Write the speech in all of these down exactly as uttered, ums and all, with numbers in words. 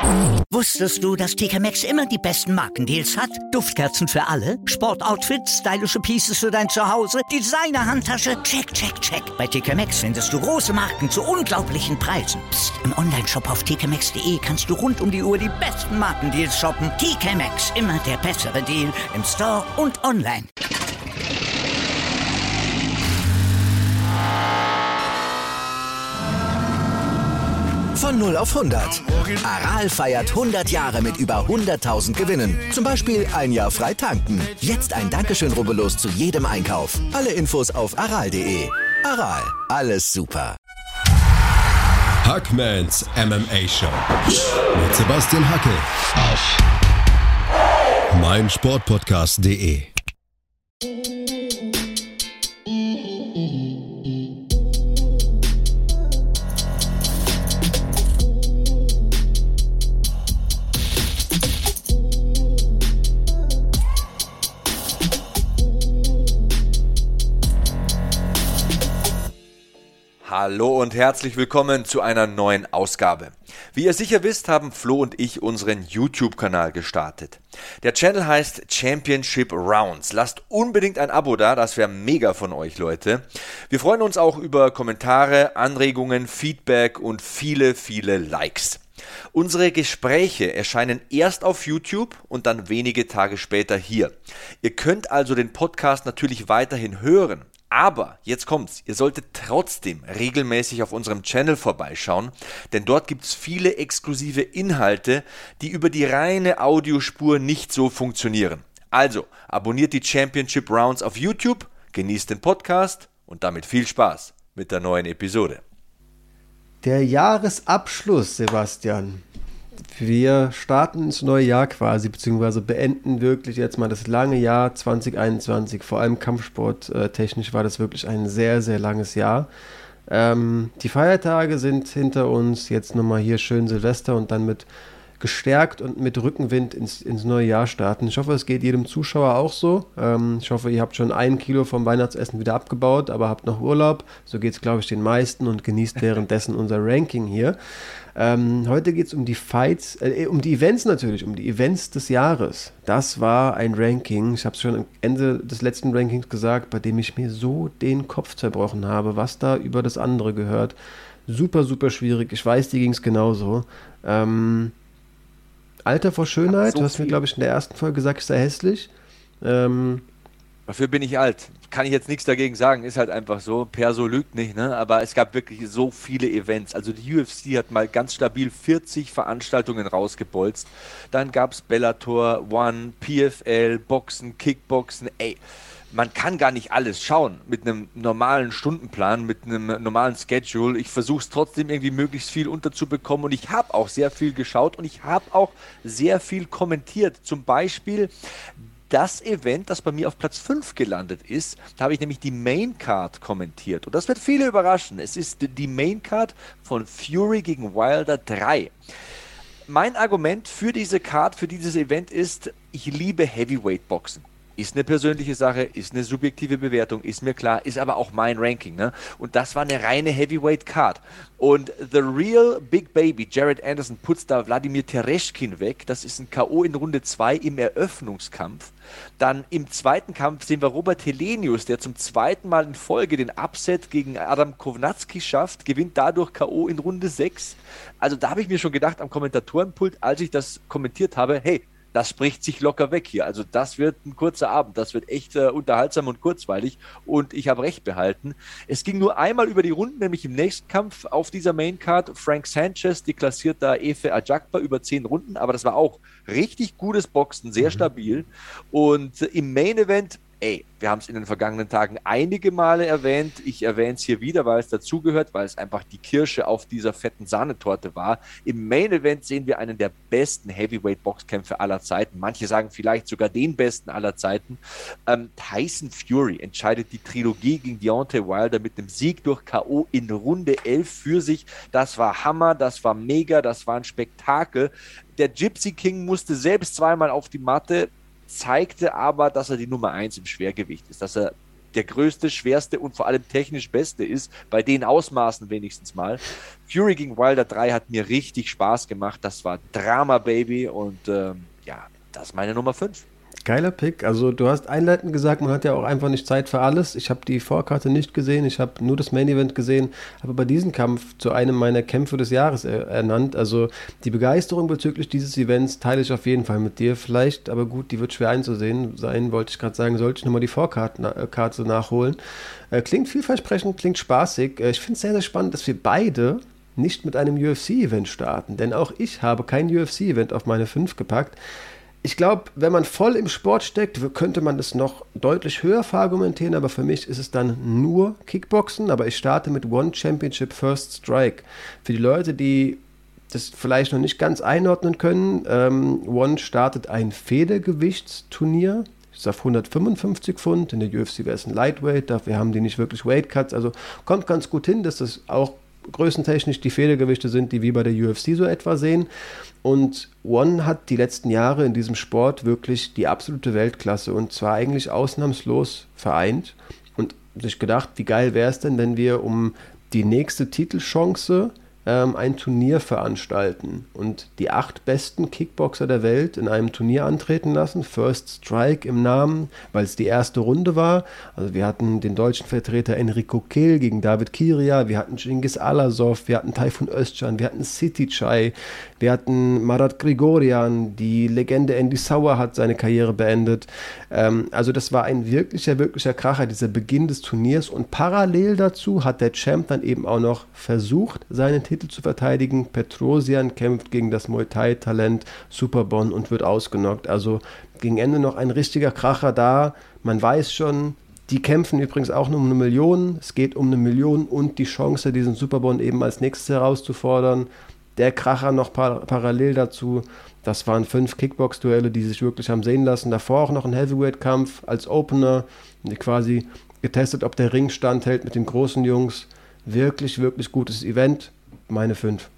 Wusstest du, dass T K Maxx immer die besten Markendeals hat? Duftkerzen für alle, Sportoutfits, stylische Pieces für dein Zuhause, Designer-Handtasche, check, check, check. Bei T K Maxx findest du große Marken zu unglaublichen Preisen. Psst. Im Onlineshop auf t k maxx punkt d e kannst du rund um die Uhr die besten Markendeals shoppen. T K Maxx, immer der bessere Deal im Store und online. Von null auf hundert. Aral feiert hundert Jahre mit über hunderttausend Gewinnen. Zum Beispiel ein Jahr frei tanken. Jetzt ein Dankeschön, rubbellos zu jedem Einkauf. Alle Infos auf aral punkt de. Aral, alles super. Hackmans M M A Show mit Sebastian Hackel auf meinsportpodcast punkt de. Hallo und herzlich willkommen zu einer neuen Ausgabe. Wie ihr sicher wisst, haben Flo und ich unseren YouTube-Kanal gestartet. Der Channel heißt Championship Rounds. Lasst unbedingt ein Abo da, das wäre mega von euch, Leute. Wir freuen uns auch über Kommentare, Anregungen, Feedback und viele, viele Likes. Unsere Gespräche erscheinen erst auf YouTube und dann wenige Tage später hier. Ihr könnt also den Podcast natürlich weiterhin hören. Aber, jetzt kommt's, ihr solltet trotzdem regelmäßig auf unserem Channel vorbeischauen, denn dort gibt's viele exklusive Inhalte, die über die reine Audiospur nicht so funktionieren. Also, abonniert die Championship Rounds auf YouTube, genießt den Podcast und damit viel Spaß mit der neuen Episode. Der Jahresabschluss, Sebastian. Wir starten ins neue Jahr quasi, beziehungsweise beenden wirklich jetzt mal das lange Jahr zwanzig einundzwanzig. Vor allem kampfsporttechnisch war das wirklich ein sehr, sehr langes Jahr. Ähm, die Feiertage sind hinter uns, jetzt nochmal hier schön Silvester und dann mit gestärkt und mit Rückenwind ins, ins neue Jahr starten. Ich hoffe, es geht jedem Zuschauer auch so. Ähm, ich hoffe, ihr habt schon ein Kilo vom Weihnachtsessen wieder abgebaut, aber habt noch Urlaub. So geht es, glaube ich, den meisten und genießt währenddessen unser Ranking hier. Ähm, heute geht es um die Fights, äh, um die Events natürlich, um die Events des Jahres. Das war ein Ranking, ich habe es schon am Ende des letzten Rankings gesagt, bei dem ich mir so den Kopf zerbrochen habe, was da über das andere gehört. Super, super schwierig. Ich weiß, dir ging es genauso. Ähm, Alter vor Schönheit, so du hast mir, glaube ich, in der ersten Folge gesagt, ich sei hässlich. Ähm, Dafür bin ich alt. Kann ich jetzt nichts dagegen sagen, ist halt einfach so. Perso lügt nicht, ne? Aber es gab wirklich so viele Events. Also die U F C hat mal ganz stabil vierzig Veranstaltungen rausgebolzt. Dann gab es Bellator, One, P F L, Boxen, Kickboxen. Ey, man kann gar nicht alles schauen mit einem normalen Stundenplan, mit einem normalen Schedule. Ich versuche es trotzdem irgendwie möglichst viel unterzubekommen und ich habe auch sehr viel geschaut und ich habe auch sehr viel kommentiert. Zum Beispiel das Event, das bei mir auf Platz fünf gelandet ist, da habe ich nämlich die Main Card kommentiert. Und das wird viele überraschen. Es ist die Main Card von Fury gegen Wilder drei. Mein Argument für diese Card, für dieses Event ist, ich liebe Heavyweight Boxen. Ist eine persönliche Sache, ist eine subjektive Bewertung, ist mir klar, ist aber auch mein Ranking, ne? Und das war eine reine Heavyweight-Card. Und The Real Big Baby, Jared Anderson, putzt da Wladimir Tereshkin weg. Das ist ein K O in Runde zwei im Eröffnungskampf. Dann im zweiten Kampf sehen wir Robert Helenius, der zum zweiten Mal in Folge den Upset gegen Adam Kownacki schafft, gewinnt dadurch K O in Runde sechs. Also da habe ich mir schon gedacht am Kommentatorenpult, als ich das kommentiert habe, hey, das spricht sich locker weg hier. Also das wird ein kurzer Abend. Das wird echt äh, unterhaltsam und kurzweilig. Und ich habe recht behalten. Es ging nur einmal über die Runden, nämlich im nächsten Kampf auf dieser Maincard. Frank Sanchez deklassiert da Efe Ajagba über zehn Runden. Aber das war auch richtig gutes Boxen, sehr stabil. Und äh, im Main Event, ey, wir haben es in den vergangenen Tagen einige Male erwähnt. Ich erwähne es hier wieder, weil es dazugehört, weil es einfach die Kirsche auf dieser fetten Sahnetorte war. Im Main Event sehen wir einen der besten Heavyweight-Boxkämpfe aller Zeiten. Manche sagen vielleicht sogar den besten aller Zeiten. Ähm, Tyson Fury entscheidet die Trilogie gegen Deontay Wilder mit einem Sieg durch K O in Runde elf für sich. Das war Hammer, das war mega, das war ein Spektakel. Der Gypsy King musste selbst zweimal auf die Matte, zeigte aber, dass er die Nummer eins im Schwergewicht ist, dass er der größte, schwerste und vor allem technisch beste ist, bei den Ausmaßen wenigstens mal. Fury gegen Wilder drei hat mir richtig Spaß gemacht. Das war Drama, Baby. Und ähm, ja, das ist meine Nummer fünf. Geiler Pick. Also du hast einleitend gesagt, man hat ja auch einfach nicht Zeit für alles. Ich habe die Vorkarte nicht gesehen, ich habe nur das Main Event gesehen, habe aber diesen Kampf zu einem meiner Kämpfe des Jahres er- ernannt. Also die Begeisterung bezüglich dieses Events teile ich auf jeden Fall mit dir. Vielleicht, aber gut, die wird schwer einzusehen sein, wollte ich gerade sagen, sollte ich nochmal die Vorkarte na- Karte nachholen. Äh, klingt vielversprechend, klingt spaßig. Äh, ich finde es sehr, sehr spannend, dass wir beide nicht mit einem U F C-Event starten, denn auch ich habe kein U F C-Event auf meine fünf gepackt. Ich glaube, wenn man voll im Sport steckt, könnte man das noch deutlich höher verargumentieren, aber für mich ist es dann nur Kickboxen, aber ich starte mit One Championship First Strike. Für die Leute, die das vielleicht noch nicht ganz einordnen können, ähm, One startet ein Federgewichtsturnier, das ist auf hundertfünfundfünfzig Pfund, in der U F C wäre es ein Lightweight, dafür haben die nicht wirklich Weight Cuts, also kommt ganz gut hin, dass das auch größentechnisch die Federgewichte sind, die wir bei der U F C so etwa sehen. Und One hat die letzten Jahre in diesem Sport wirklich die absolute Weltklasse und zwar eigentlich ausnahmslos vereint. Und sich gedacht, wie geil wäre es denn, wenn wir um die nächste Titelchance ähm, ein Turnier veranstalten und die acht besten Kickboxer der Welt in einem Turnier antreten lassen. First Strike im Namen, weil es die erste Runde war. Also wir hatten den deutschen Vertreter Enrico Kehl gegen David Kiria, wir hatten Cengiz Alasov, wir hatten Tayfun Özcan, wir hatten City Chai, wir hatten Marat Grigorian, die Legende Andy Sauer hat seine Karriere beendet. Ähm, also das war ein wirklicher, wirklicher Kracher, dieser Beginn des Turniers und parallel dazu hat der Champ dann eben auch noch versucht, seinen Titel zu verteidigen. Petrosyan kämpft gegen das Muay Thai-Talent Superbon und wird ausgenockt. Also gegen Ende noch ein richtiger Kracher da. Man weiß schon, die kämpfen übrigens auch nur um eine Million. Es geht um eine Million und die Chance, diesen Superbon eben als nächstes herauszufordern. Der Kracher noch par- parallel dazu. Das waren fünf Kickbox-Duelle, die sich wirklich haben sehen lassen. Davor auch noch ein Heavyweight-Kampf als Opener. Quasi getestet, ob der Ring standhält mit den großen Jungs. Wirklich, wirklich gutes Event. Meine fünf.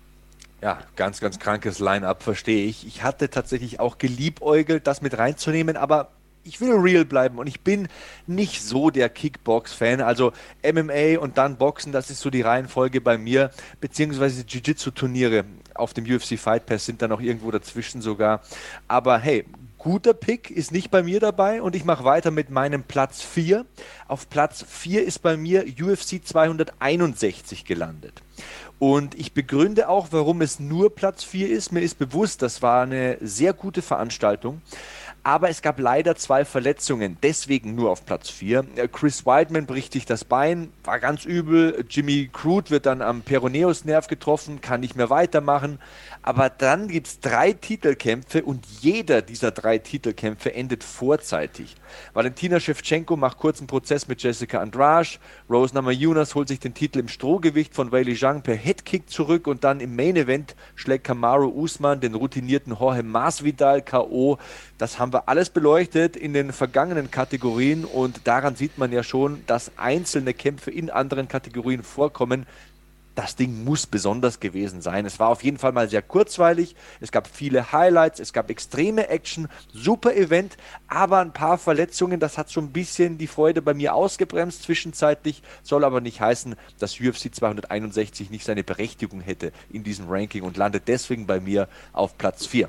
Ja, ganz, ganz krankes Line-Up, verstehe ich. Ich hatte tatsächlich auch geliebäugelt, das mit reinzunehmen, aber ich will real bleiben und ich bin nicht so der Kickbox-Fan. Also M M A und dann Boxen, das ist so die Reihenfolge bei mir, beziehungsweise Jiu-Jitsu-Turniere auf dem U F C Fight Pass sind da noch irgendwo dazwischen sogar. Aber hey, guter Pick ist nicht bei mir dabei und ich mache weiter mit meinem Platz vier. Auf Platz vier ist bei mir U F C zweihunderteinundsechzig gelandet. Und ich begründe auch, warum es nur Platz vier ist. Mir ist bewusst, das war eine sehr gute Veranstaltung. Aber es gab leider zwei Verletzungen, deswegen nur auf Platz vier. Chris Weidman bricht sich das Bein, war ganz übel. Jimmy Crute wird dann am Peroneusnerv getroffen, kann nicht mehr weitermachen. Aber dann gibt es drei Titelkämpfe und jeder dieser drei Titelkämpfe endet vorzeitig. Valentina Shevchenko macht kurzen Prozess mit Jessica Andrade. Rose Namajunas holt sich den Titel im Strohgewicht von Weili Zhang per Headkick zurück und dann im Main Event schlägt Kamaru Usman den routinierten Jorge Masvidal K O. Das haben wir alles beleuchtet in den vergangenen Kategorien und daran sieht man ja schon, dass einzelne Kämpfe in anderen Kategorien vorkommen. Das Ding muss besonders gewesen sein. Es war auf jeden Fall mal sehr kurzweilig. Es gab viele Highlights, es gab extreme Action, super Event, aber ein paar Verletzungen, das hat so ein bisschen die Freude bei mir ausgebremst zwischenzeitlich, soll aber nicht heißen, dass U F C zweihunderteinundsechzig nicht seine Berechtigung hätte in diesem Ranking und landet deswegen bei mir auf Platz vier.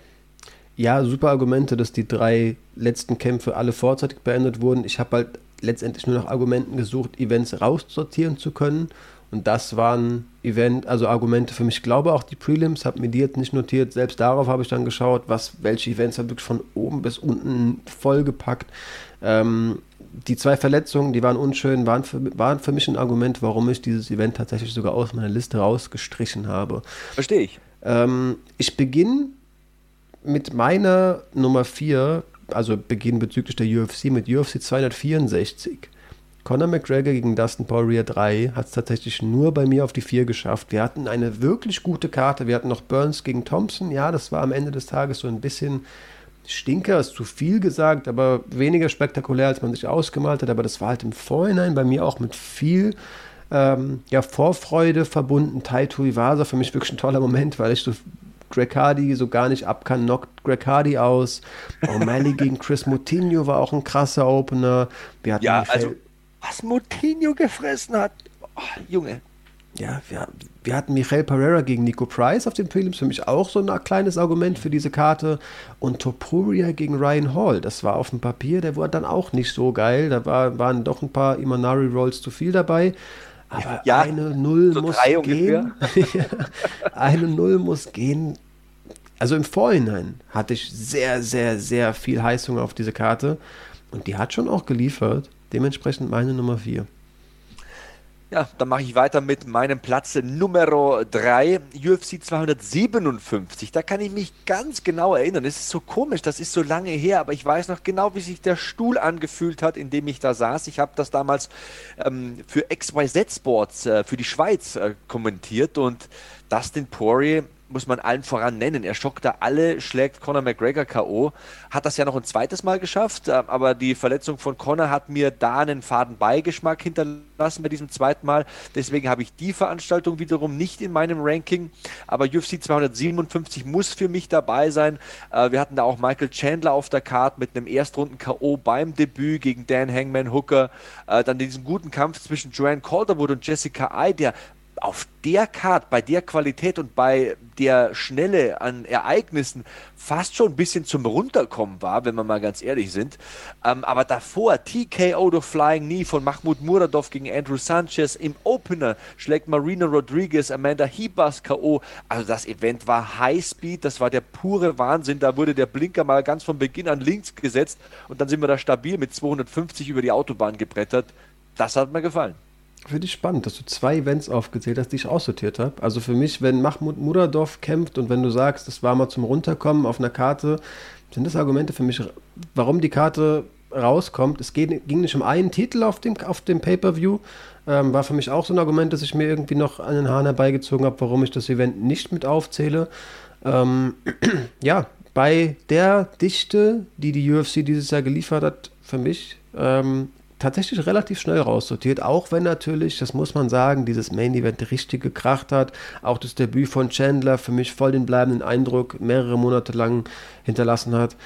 Ja, super Argumente, dass die drei letzten Kämpfe alle vorzeitig beendet wurden. Ich habe halt letztendlich nur nach Argumenten gesucht, Events raussortieren zu können. Und das waren Event, also Argumente für mich. Ich glaube auch die Prelims, habe mir die jetzt nicht notiert. Selbst darauf habe ich dann geschaut, was, welche Events habe ich von oben bis unten vollgepackt. Ähm, die zwei Verletzungen, die waren unschön, waren für, waren für mich ein Argument, warum ich dieses Event tatsächlich sogar aus meiner Liste rausgestrichen habe. Verstehe ich. Ähm, ich beginne mit meiner Nummer vier, also Beginn bezüglich der U F C, mit U F C zweihundertvierundsechzig. Conor McGregor gegen Dustin Poirier drei hat es tatsächlich nur bei mir auf die vier geschafft. Wir hatten eine wirklich gute Karte. Wir hatten noch Burns gegen Thompson. Ja, das war am Ende des Tages so ein bisschen Stinker, ist zu viel gesagt, aber weniger spektakulär, als man sich ausgemalt hat. Aber das war halt im Vorhinein bei mir auch mit viel ähm, ja, Vorfreude verbunden. Taito Iwasa für mich wirklich ein toller Moment, weil ich so Greg Hardy so gar nicht ab kann, knockt Greg Hardy aus. O'Malley gegen Chris Moutinho war auch ein krasser Opener. Wir hatten ja, also was Moutinho gefressen hat. Oh, Junge. Ja, wir, wir hatten Michael Pereira gegen Nico Price auf den Prelims, für mich auch so ein kleines Argument für diese Karte. Und Topuria gegen Ryan Hall, das war auf dem Papier, der war dann auch nicht so geil. Da war, waren doch ein paar Imanari Rolls zu viel dabei. Aber ja, eine Null so muss drei gehen. Eine Null muss gehen. Also im Vorhinein hatte ich sehr, sehr, sehr viel Heißhunger auf diese Karte. Und die hat schon auch geliefert. Dementsprechend meine Nummer vier. Ja, dann mache ich weiter mit meinem Platz Nummer drei, U F C zweihundertsiebenundfünfzig. Da kann ich mich ganz genau erinnern. Es ist so komisch, das ist so lange her, aber ich weiß noch genau, wie sich der Stuhl angefühlt hat, in dem ich da saß. Ich habe das damals ähm, für X Y Z Sports, äh, für die Schweiz äh, kommentiert und Dustin Poirier muss man allen voran nennen. Er schockt da alle, schlägt Conor McGregor K O. Hat das ja noch ein zweites Mal geschafft, aber die Verletzung von Conor hat mir da einen faden Beigeschmack hinterlassen bei diesem zweiten Mal. Deswegen habe ich die Veranstaltung wiederum nicht in meinem Ranking. Aber U F C zweihundertsiebenundfünfzig muss für mich dabei sein. Wir hatten da auch Michael Chandler auf der Card mit einem Erstrunden-K O beim Debüt gegen Dan Hangman Hooker. Dann diesen guten Kampf zwischen Joanne Calderwood und Jessica Eye, der auf der Card, bei der Qualität und bei der Schnelle an Ereignissen fast schon ein bisschen zum Runterkommen war, wenn wir mal ganz ehrlich sind. Ähm, aber davor T K O durch Flying Knee von Mahmoud Muradov gegen Andrew Sanchez. Im Opener schlägt Marina Rodriguez Amanda Ribas K O. Also das Event war Highspeed, das war der pure Wahnsinn. Da wurde der Blinker mal ganz von Beginn an links gesetzt und dann sind wir da stabil mit zweihundertfünfzig über die Autobahn gebrettert. Das hat mir gefallen. Finde ich spannend, dass du zwei Events aufgezählt hast, die ich aussortiert habe. Also für mich, wenn Mahmoud Muradov kämpft und wenn du sagst, das war mal zum Runterkommen auf einer Karte, sind das Argumente für mich, warum die Karte rauskommt. Es geht, ging nicht um einen Titel auf dem, auf dem Pay-Per-View. Ähm, war für mich auch so ein Argument, dass ich mir irgendwie noch an den Haaren herbeigezogen habe, warum ich das Event nicht mit aufzähle. Ähm, ja, bei der Dichte, die die U F C dieses Jahr geliefert hat, für mich ähm, tatsächlich relativ schnell raussortiert, auch wenn natürlich, das muss man sagen, dieses Main-Event richtig gekracht hat. Auch das Debüt von Chandler für mich voll den bleibenden Eindruck mehrere Monate lang hinterlassen hat.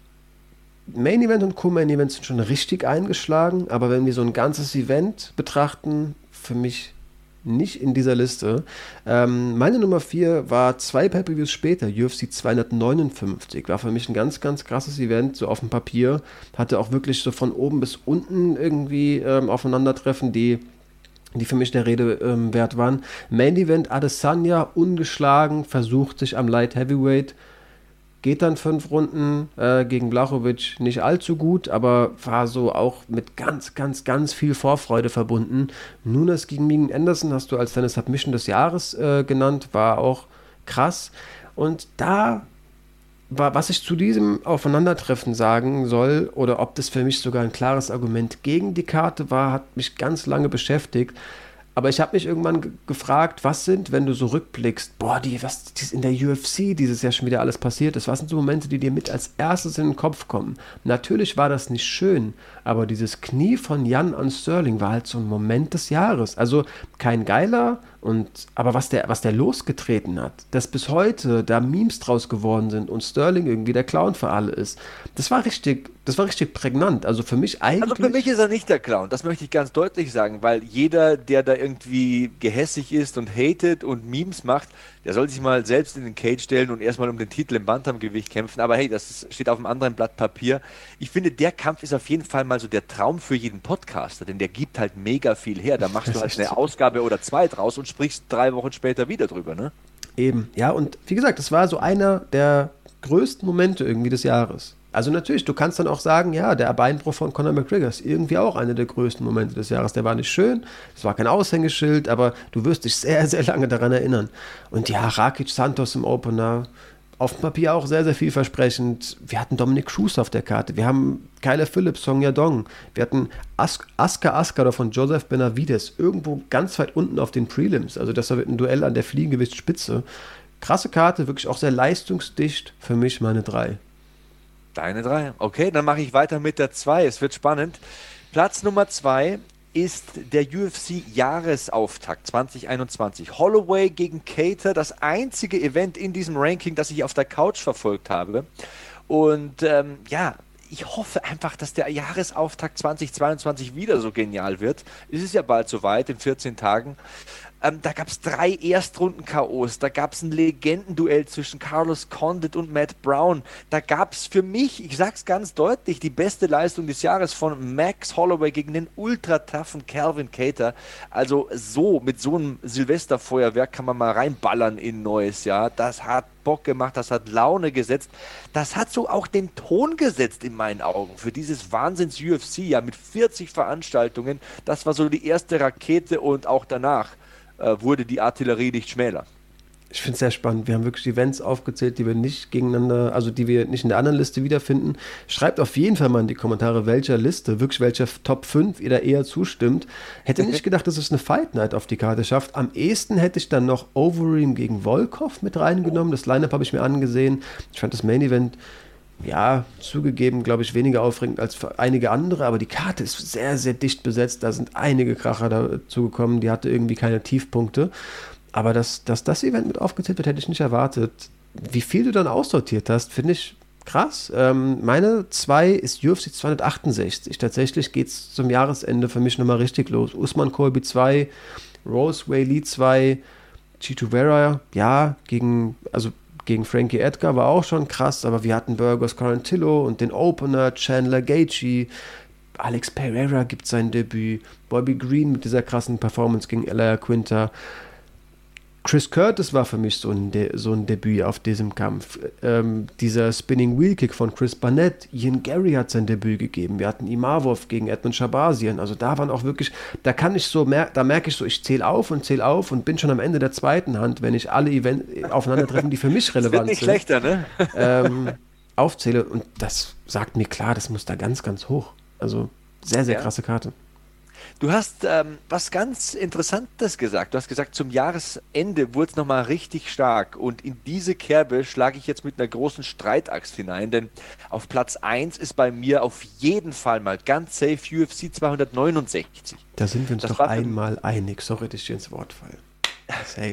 Main-Event und Co-Main-Event sind schon richtig eingeschlagen, aber wenn wir so ein ganzes Event betrachten, für mich nicht in dieser Liste. Ähm, meine Nummer vier war zwei Pay-Per-Views später, U F C zweihundertneunundfünfzig. War für mich ein ganz, ganz krasses Event, so auf dem Papier. Hatte auch wirklich so von oben bis unten irgendwie ähm, Aufeinandertreffen, die, die für mich der Rede ähm, wert waren. Main Event, Adesanya ungeschlagen, versucht sich am Light Heavyweight. Geht dann fünf Runden äh, gegen Blachowicz, nicht allzu gut, aber war so auch mit ganz, ganz, ganz viel Vorfreude verbunden. Nunes gegen Megan Anderson hast du als deine Submission des Jahres äh, genannt, war auch krass. Und da war, was ich zu diesem Aufeinandertreffen sagen soll, oder ob das für mich sogar ein klares Argument gegen die Karte war, hat mich ganz lange beschäftigt. Aber ich habe mich irgendwann g- gefragt, was sind, wenn du so rückblickst, boah, die, was die in der U F C dieses Jahr schon wieder alles passiert ist, was sind so Momente, die dir mit als erstes in den Kopf kommen? Natürlich war das nicht schön, aber dieses Knie von Jan an Sterling war halt so ein Moment des Jahres. Also kein geiler, und aber was der, was der losgetreten hat, dass bis heute da Memes draus geworden sind und Sterling irgendwie der Clown für alle ist, das war richtig, das war richtig prägnant. Also für mich eigentlich... Also für mich ist er nicht der Clown, das möchte ich ganz deutlich sagen, weil jeder, der da irgendwie gehässig ist und hatet und Memes macht, der soll sich mal selbst in den Cage stellen und erstmal um den Titel im Bantamgewicht kämpfen. Aber hey, das steht auf einem anderen Blatt Papier. Ich finde, der Kampf ist auf jeden Fall mal so der Traum für jeden Podcaster, denn der gibt halt mega viel her. Da machst du halt eine Ausgabe oder zwei draus und sprichst drei Wochen später wieder drüber, ne? Eben, ja, und wie gesagt, das war so einer der größten Momente irgendwie des Jahres. Also natürlich, du kannst dann auch sagen, ja, der Beinbruch von Conor McGregor ist irgendwie auch einer der größten Momente des Jahres. Der war nicht schön, es war kein Aushängeschild, aber du wirst dich sehr, sehr lange daran erinnern. Und ja, Rakic Santos im Opener, auf dem Papier auch sehr, sehr vielversprechend. Wir hatten Dominic Cruz auf der Karte, wir haben Kyler Phillips, Song Yadong, wir hatten As- Askar Askarov von Joseph Benavides, irgendwo ganz weit unten auf den Prelims. Also das war ein Duell an der Fliegengewichtspitze. Krasse Karte, wirklich auch sehr leistungsdicht, für mich meine drei. Deine drei. Okay, dann mache ich weiter mit der zwei. Es wird spannend. Platz Nummer zwei ist der U F C-Jahresauftakt zwanzig einundzwanzig. Holloway gegen Kattar, das einzige Event in diesem Ranking, das ich auf der Couch verfolgt habe. Und ähm, ja, ich hoffe einfach, dass der Jahresauftakt zweitausendzweiundzwanzig wieder so genial wird. Es ist ja bald soweit, in vierzehn Tagen. Ähm, da gab es drei Erstrunden-K Os, da gab es ein Legendenduell zwischen Carlos Condit und Matt Brown. Da gab es für mich, ich sag's ganz deutlich, die beste Leistung des Jahres von Max Holloway gegen den ultra-toughen Calvin Kattar. Also so, mit so einem Silvesterfeuerwerk kann man mal reinballern in ein neues Jahr. Das hat Bock gemacht, das hat Laune gesetzt. Das hat so auch den Ton gesetzt in meinen Augen für dieses Wahnsinns-U F C, ja, mit vierzig Veranstaltungen. Das war so die erste Rakete und auch danach wurde die Artillerie nicht schmäler. Ich finde es sehr spannend. Wir haben wirklich Events aufgezählt, die wir nicht gegeneinander, also die wir nicht in der anderen Liste wiederfinden. Schreibt auf jeden Fall mal in die Kommentare, welcher Liste, wirklich welcher Top fünf ihr da eher zustimmt. Hätte nicht gedacht, dass es eine Fight Night auf die Karte schafft. Am ehesten hätte ich dann noch Overeem gegen Volkov mit reingenommen. Das Line-Up habe ich mir angesehen. Ich fand das Main Event, ja, zugegeben, glaube ich, weniger aufregend als für einige andere, aber die Karte ist sehr, sehr dicht besetzt. Da sind einige Kracher dazu gekommen, die hatte irgendwie keine Tiefpunkte. Aber dass, dass das Event mit aufgezählt wird, hätte ich nicht erwartet. Wie viel du dann aussortiert hast, finde ich krass. Ähm, meine zwei ist U F C zweihundertachtundsechzig. Tatsächlich geht es zum Jahresende für mich nochmal richtig los. Usman Colby zwei, Rose Whaley zwei, Chito Vera, ja, gegen, also gegen Frankie Edgar war auch schon krass, aber wir hatten Burgos Quarantillo und den Opener, Chandler Gaethje, Alex Pereira gibt sein Debüt, Bobby Green mit dieser krassen Performance gegen Elia Quinter. Chris Curtis war für mich so ein, De- so ein Debüt auf diesem Kampf. Ähm, dieser Spinning Wheel Kick von Chris Barnett, Ian Gary hat sein Debüt gegeben. Wir hatten Imavov gegen Edmund Shabazian. Also da waren auch wirklich, da kann ich so, mer- da merke ich so, ich zähle auf und zähle auf und bin schon am Ende der zweiten Hand, wenn ich alle Events aufeinandertreffen, die für mich relevant das wird nicht sind. schlechter, ne? ähm, aufzähle. Und das sagt mir klar, das muss da ganz, ganz hoch. Also sehr, sehr Ja. krasse Karte. Du hast ähm, was ganz Interessantes gesagt. Du hast gesagt, zum Jahresende wurde es nochmal richtig stark. Und in diese Kerbe schlage ich jetzt mit einer großen Streitaxt hinein. Denn auf Platz eins ist bei mir auf jeden Fall mal ganz safe U F C zweihundertneunundsechzig. Da sind wir uns Das doch war für- einmal einig. Sorry, dass ich dir ins Wort falle. Safe.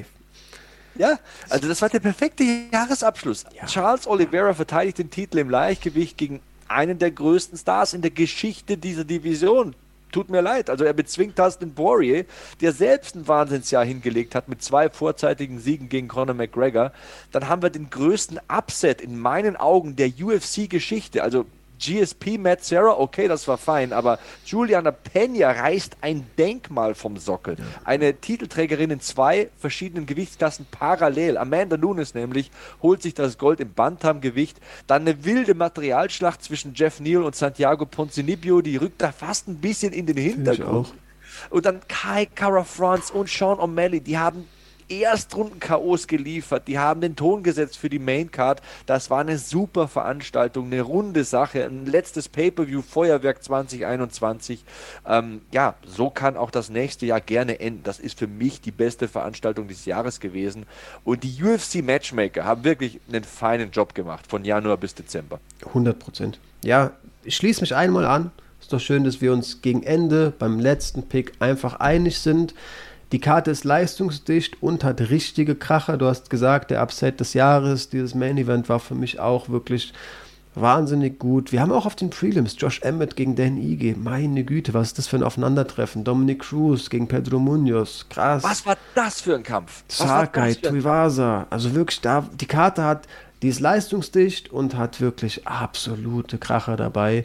Ja, also das war der perfekte Jahresabschluss. Ja. Charles Oliveira verteidigt den Titel im Leichtgewicht gegen einen der größten Stars in der Geschichte dieser Division. Tut mir leid, also er bezwingt Dustin Poirier, der selbst ein Wahnsinnsjahr hingelegt hat mit zwei vorzeitigen Siegen gegen Conor McGregor. Dann haben wir den größten Upset in meinen Augen der U F C-Geschichte, also G S P Matt Serra, okay, das war fein, aber Juliana Pena reißt ein Denkmal vom Sockel. Eine Titelträgerin in zwei verschiedenen Gewichtsklassen parallel. Amanda Nunes nämlich holt sich das Gold im Bantamgewicht. Dann eine wilde Materialschlacht zwischen Jeff Neal und Santiago Ponzinibbio, die rückt da fast ein bisschen in den Hintergrund. Und dann Kai Kara France und Sean O'Malley, die haben Erstrunden-K Os geliefert, die haben den Ton gesetzt für die Maincard. Das war eine super Veranstaltung, eine runde Sache, ein letztes Pay-Per-View, Feuerwerk zwanzig einundzwanzig. Ähm, ja, so kann auch das nächste Jahr gerne enden. Das ist für mich die beste Veranstaltung des Jahres gewesen. Und die U F C-Matchmaker haben wirklich einen feinen Job gemacht, von Januar bis Dezember. hundert Prozent. Ja, ich schließe mich einmal an. Ist doch schön, dass wir uns gegen Ende beim letzten Pick einfach einig sind. Die Karte ist leistungsdicht und hat richtige Kracher. Du hast gesagt, der Upset des Jahres, dieses Main Event war für mich auch wirklich wahnsinnig gut. Wir haben auch auf den Prelims Josh Emmett gegen Dan Ige. Meine Güte, was ist das für ein Aufeinandertreffen? Dominic Cruz gegen Pedro Munoz. Krass. Was war das für ein Kampf? Was war Sakai, das für ein- Tuivasa. Also wirklich, da, die Karte hat, die ist leistungsdicht und hat wirklich absolute Kracher dabei.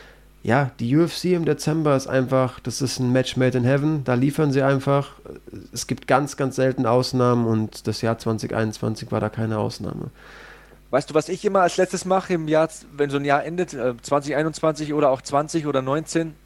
Ja, die U F C im Dezember ist einfach, das ist ein Match made in heaven, da liefern sie einfach. Es gibt ganz, ganz selten Ausnahmen und das Jahr zwanzig einundzwanzig war da keine Ausnahme. Weißt du, was ich immer als letztes mache im Jahr, wenn so ein Jahr endet, äh, zwanzig einundzwanzig oder auch zwanzig oder neunzehn?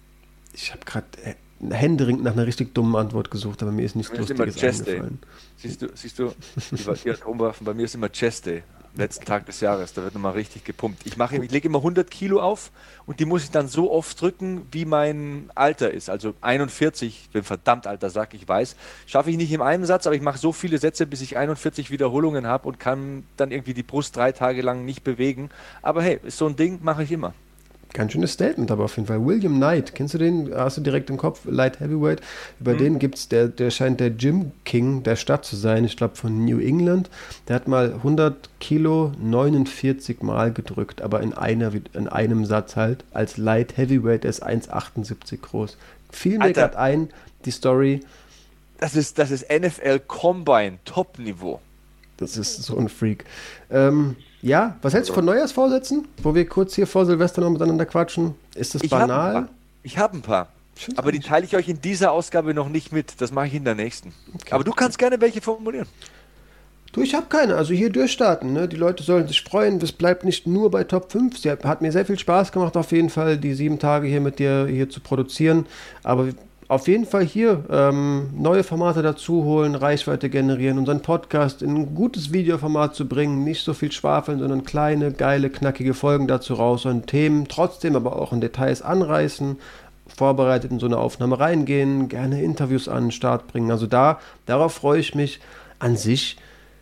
Ich habe gerade äh, händeringend nach einer richtig dummen Antwort gesucht, aber mir ist nichts Bei mir ist immer Lustiges Chest Day. eingefallen. Siehst du, siehst du, die, die Atomwaffen, bei mir ist immer Chest Day, letzten Tag des Jahres, da wird nochmal richtig gepumpt. Ich mache, ich lege immer hundert Kilo auf und die muss ich dann so oft drücken, wie mein Alter ist. Also einundvierzig, ich bin verdammt alter Sack, ich weiß. Schaffe ich nicht in einem Satz, aber ich mache so viele Sätze, bis ich einundvierzig Wiederholungen habe und kann dann irgendwie die Brust drei Tage lang nicht bewegen. Aber hey, ist so ein Ding, mache ich immer. Ganz schönes Statement, aber auf jeden Fall. William Knight, kennst du den? Hast du direkt im Kopf? Light Heavyweight. Über mhm. den gibt es, der, der scheint der Gym King der Stadt zu sein. Ich glaube von New England. Der hat mal hundert Kilo neunundvierzig Mal gedrückt, aber in, einer, in einem Satz halt. Als Light Heavyweight, der ist eins Komma achtundsiebzig groß. Fiel mir gerade ein, die Story. Das ist, das ist N F L Combine, Top-Niveau. Das ist so ein Freak. Ähm, ja, was hältst du von Neujahrsvorsätzen? Wo wir kurz hier vor Silvester noch miteinander quatschen. Ist das ich banal? Hab ich habe ein paar. Stimmt, aber die teile ich euch in dieser Ausgabe noch nicht mit. Das mache ich in der nächsten. Okay. Aber du kannst gerne welche formulieren. Du, ich habe keine. Also hier durchstarten. Ne? Die Leute sollen sich freuen. Das bleibt nicht nur bei Top fünf. Sie hat, hat mir sehr viel Spaß gemacht, auf jeden Fall, die sieben Tage hier mit dir hier zu produzieren. Aber auf jeden Fall hier ähm, neue Formate dazu holen, Reichweite generieren, unseren Podcast in ein gutes Videoformat zu bringen, nicht so viel schwafeln, sondern kleine, geile, knackige Folgen dazu raus und Themen trotzdem aber auch in Details anreißen, vorbereitet in so eine Aufnahme reingehen, gerne Interviews an den Start bringen. Also da, darauf freue ich mich. An sich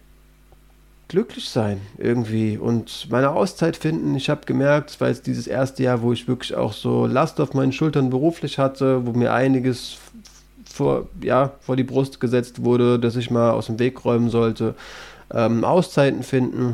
glücklich sein irgendwie und meine Auszeit finden. Ich habe gemerkt, es war jetzt dieses erste Jahr, wo ich wirklich auch so Last auf meinen Schultern beruflich hatte, wo mir einiges vor, ja, vor die Brust gesetzt wurde, dass ich mal aus dem Weg räumen sollte. Ähm, Auszeiten finden,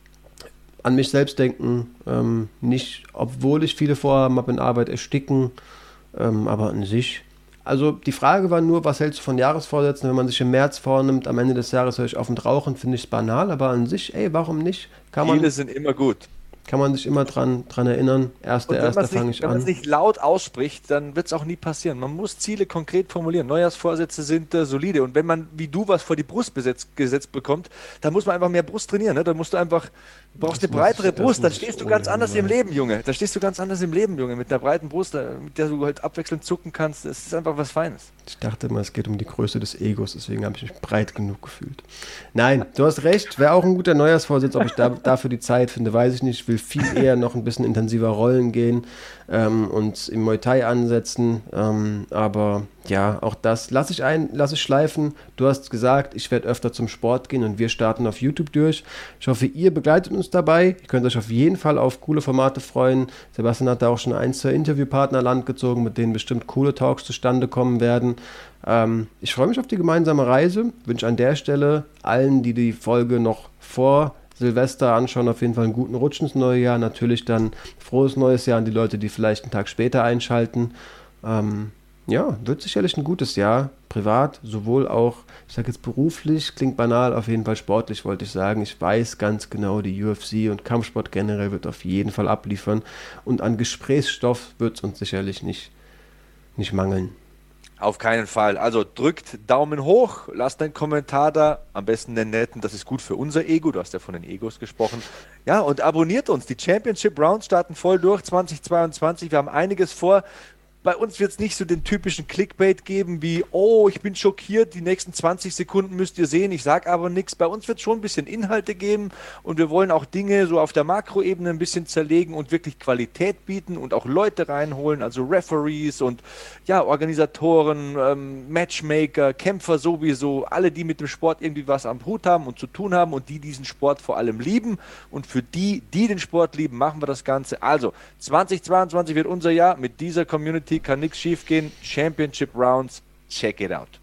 an mich selbst denken, ähm, nicht, obwohl ich viele Vorhaben habe in Arbeit, ersticken, ähm, aber an sich. Also die Frage war nur, was hältst du von Jahresvorsätzen, wenn man sich im März vornimmt, am Ende des Jahres höre ich auf und rauchen, finde ich es banal, aber an sich, ey, warum nicht? Kann Ziele man, sind immer gut. Kann man sich immer dran, dran erinnern, erster, erster fange ich an. Wenn man es nicht laut ausspricht, dann wird es auch nie passieren. Man muss Ziele konkret formulieren. Neujahrsvorsätze sind äh, solide und wenn man, wie du, was vor die Brust besetzt, gesetzt bekommt, dann muss man einfach mehr Brust trainieren. Ne? Dann musst du einfach, du brauchst das eine breitere Brust, dann stehst du ganz anders im Leben, Junge. Da stehst du ganz anders im Leben, Junge, mit einer breiten Brust, mit der du halt abwechselnd zucken kannst. Das ist einfach was Feines. Ich dachte immer, es geht um die Größe des Egos, deswegen habe ich mich breit genug gefühlt. Nein, du hast recht, wäre auch ein guter Neujahrsvorsitz, ob ich da, dafür die Zeit finde, weiß ich nicht. Ich will viel eher noch ein bisschen intensiver rollen gehen ähm, und im Muay Thai ansetzen, ähm, aber ja, auch das lasse ich ein, lasse ich schleifen. Du hast gesagt, ich werde öfter zum Sport gehen und wir starten auf YouTube durch. Ich hoffe, ihr begleitet uns dabei. Ihr könnt euch auf jeden Fall auf coole Formate freuen. Sebastian hat da auch schon ein, zwei Interviewpartner an Land gezogen, mit denen bestimmt coole Talks zustande kommen werden. Ähm, ich freue mich auf die gemeinsame Reise. Wünsche an der Stelle allen, die die Folge noch vor Silvester anschauen, auf jeden Fall einen guten Rutsch ins neue Jahr. Natürlich dann frohes neues Jahr an die Leute, die vielleicht einen Tag später einschalten. Ähm, ja, wird sicherlich ein gutes Jahr. Privat, sowohl auch, ich sage jetzt beruflich, klingt banal, auf jeden Fall sportlich, wollte ich sagen. Ich weiß ganz genau, die U F C und Kampfsport generell wird auf jeden Fall abliefern. Und an Gesprächsstoff wird es uns sicherlich nicht, nicht mangeln. Auf keinen Fall. Also drückt Daumen hoch, lasst einen Kommentar da, am besten den netten, das ist gut für unser Ego, du hast ja von den Egos gesprochen. Ja, und abonniert uns, die Championship Rounds starten voll durch zweitausendzweiundzwanzig, wir haben einiges vor. Bei uns wird es nicht so den typischen Clickbait geben wie, oh, ich bin schockiert, die nächsten zwanzig Sekunden müsst ihr sehen, ich sage aber nichts. Bei uns wird es schon ein bisschen Inhalte geben und wir wollen auch Dinge so auf der Makroebene ein bisschen zerlegen und wirklich Qualität bieten und auch Leute reinholen, also Referees und ja, Organisatoren, ähm, Matchmaker, Kämpfer sowieso, alle, die mit dem Sport irgendwie was am Hut haben und zu tun haben und die diesen Sport vor allem lieben. Und für die, die den Sport lieben, machen wir das Ganze. Also, zweitausendzweiundzwanzig wird unser Jahr mit dieser Community. Kann nichts schief gehen. Championship Rounds, check it out.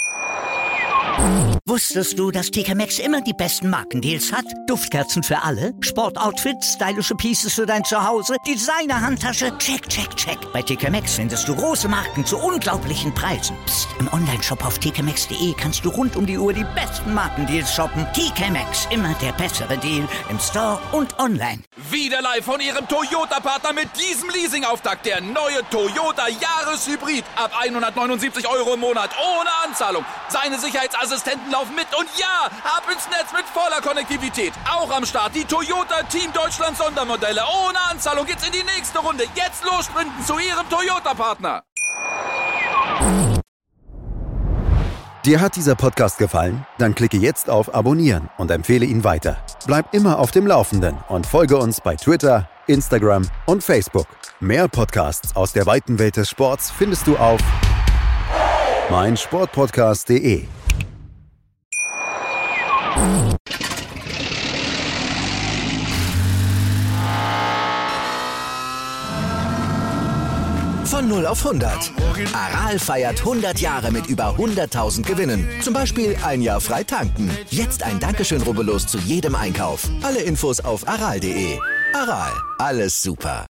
Wusstest du, dass T K Maxx immer die besten Markendeals hat? Duftkerzen für alle, Sportoutfits, stylische Pieces für dein Zuhause, Designer-Handtasche, check, check, check. Bei T K Maxx findest du große Marken zu unglaublichen Preisen. Psst. Im Onlineshop auf t k maxx punkt d e kannst du rund um die Uhr die besten Markendeals shoppen. T K Maxx, immer der bessere Deal im Store und online. Wieder live von Ihrem Toyota-Partner mit diesem Leasing-Auftakt. Der neue Toyota Jahreshybrid. Ab hundertneunundsiebzig Euro im Monat ohne Anzahlung. Seine Sicherheitsassistenten laufen mit und ja, ab ins Netz mit voller Konnektivität. Auch am Start die Toyota Team Deutschland Sondermodelle. Ohne Anzahlung geht's in die nächste Runde. Jetzt los sprinten zu Ihrem Toyota-Partner. Dir hat dieser Podcast gefallen? Dann klicke jetzt auf Abonnieren und empfehle ihn weiter. Bleib immer auf dem Laufenden und folge uns bei Twitter, Instagram und Facebook. Mehr Podcasts aus der weiten Welt des Sports findest du auf meinsportpodcast punkt de. null auf hundert. Aral feiert hundert Jahre mit über hunderttausend Gewinnen. Zum Beispiel ein Jahr frei tanken. Jetzt ein Dankeschön, rubbellos zu jedem Einkauf. Alle Infos auf aral punkt de. Aral, alles super.